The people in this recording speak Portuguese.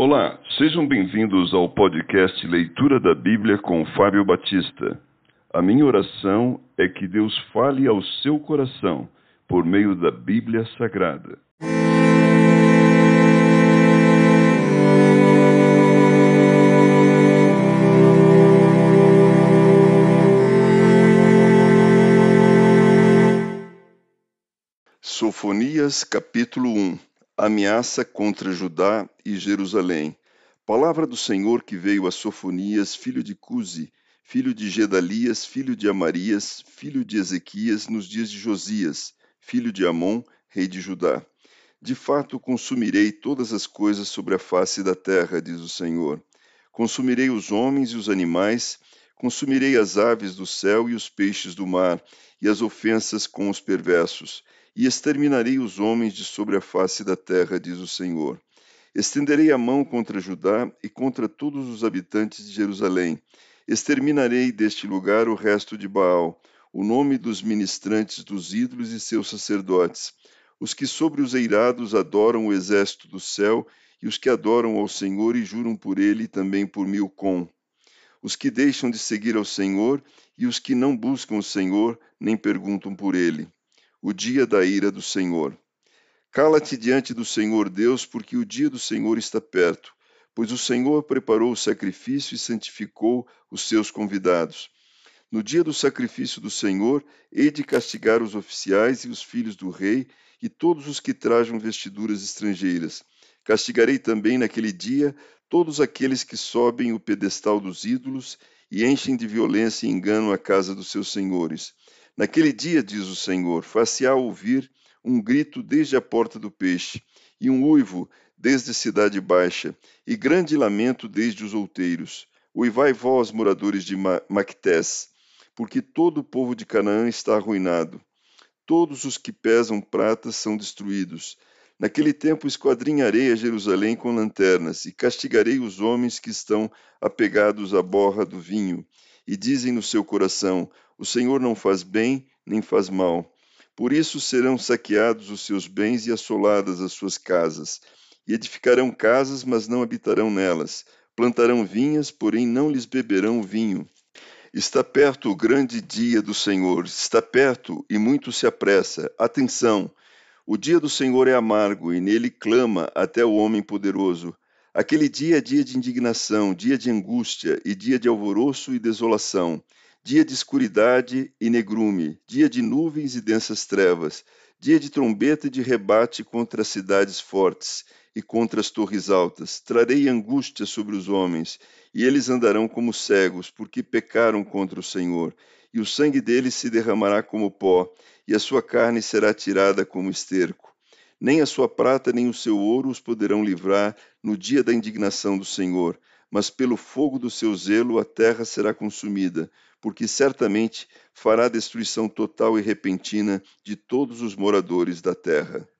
Olá, sejam bem-vindos ao podcast Leitura da Bíblia com Fábio Batista. A minha oração é que Deus fale ao seu coração por meio da Bíblia Sagrada. Sofonias, capítulo 1. Ameaça contra Judá e Jerusalém. Palavra do Senhor que veio a Sofonias, filho de Cusi, filho de Gedalias, filho de Amarias, filho de Ezequias, nos dias de Josias, filho de Amon, rei de Judá. De fato, consumirei todas as coisas sobre a face da terra, diz o Senhor. Consumirei os homens e os animais, consumirei as aves do céu e os peixes do mar, e as ofensas com os perversos, e exterminarei os homens de sobre a face da terra, diz o Senhor. Estenderei a mão contra Judá e contra todos os habitantes de Jerusalém. Exterminarei deste lugar o resto de Baal, o nome dos ministrantes dos ídolos e seus sacerdotes, os que sobre os eirados adoram o exército do céu, e os que adoram ao Senhor e juram por ele e também por Milcom, os que deixam de seguir ao Senhor e os que não buscam o Senhor nem perguntam por ele. O dia da ira do Senhor. Cala-te diante do Senhor Deus, porque o dia do Senhor está perto, pois o Senhor preparou o sacrifício e santificou os seus convidados. No dia do sacrifício do Senhor, hei de castigar os oficiais e os filhos do rei e todos os que trajam vestiduras estrangeiras. Castigarei também naquele dia todos aqueles que sobem o pedestal dos ídolos e enchem de violência e engano a casa dos seus senhores. Naquele dia, diz o Senhor, far-se-á ouvir um grito desde a porta do peixe, e um uivo desde a cidade baixa, e grande lamento desde os outeiros. Uivai vós, moradores de Mactés, porque todo o povo de Canaã está arruinado. Todos os que pesam prata são destruídos. Naquele tempo esquadrinharei a Jerusalém com lanternas, e castigarei os homens que estão apegados à borra do vinho, e dizem no seu coração, o Senhor não faz bem, nem faz mal. Por isso serão saqueados os seus bens e assoladas as suas casas. E edificarão casas, mas não habitarão nelas. Plantarão vinhas, porém não lhes beberão vinho. Está perto o grande dia do Senhor, está perto e muito se apressa. Atenção! O dia do Senhor é amargo, e nele clama até o homem poderoso. Aquele dia é dia de indignação, dia de angústia, e dia de alvoroço e desolação, dia de escuridade e negrume, dia de nuvens e densas trevas, dia de trombeta e de rebate contra as cidades fortes e contra as torres altas. Trarei angústia sobre os homens, e eles andarão como cegos, porque pecaram contra o Senhor, e o sangue deles se derramará como pó, e a sua carne será tirada como esterco. Nem a sua prata nem o seu ouro os poderão livrar no dia da indignação do Senhor, mas pelo fogo do seu zelo a terra será consumida, porque certamente fará destruição total e repentina de todos os moradores da terra.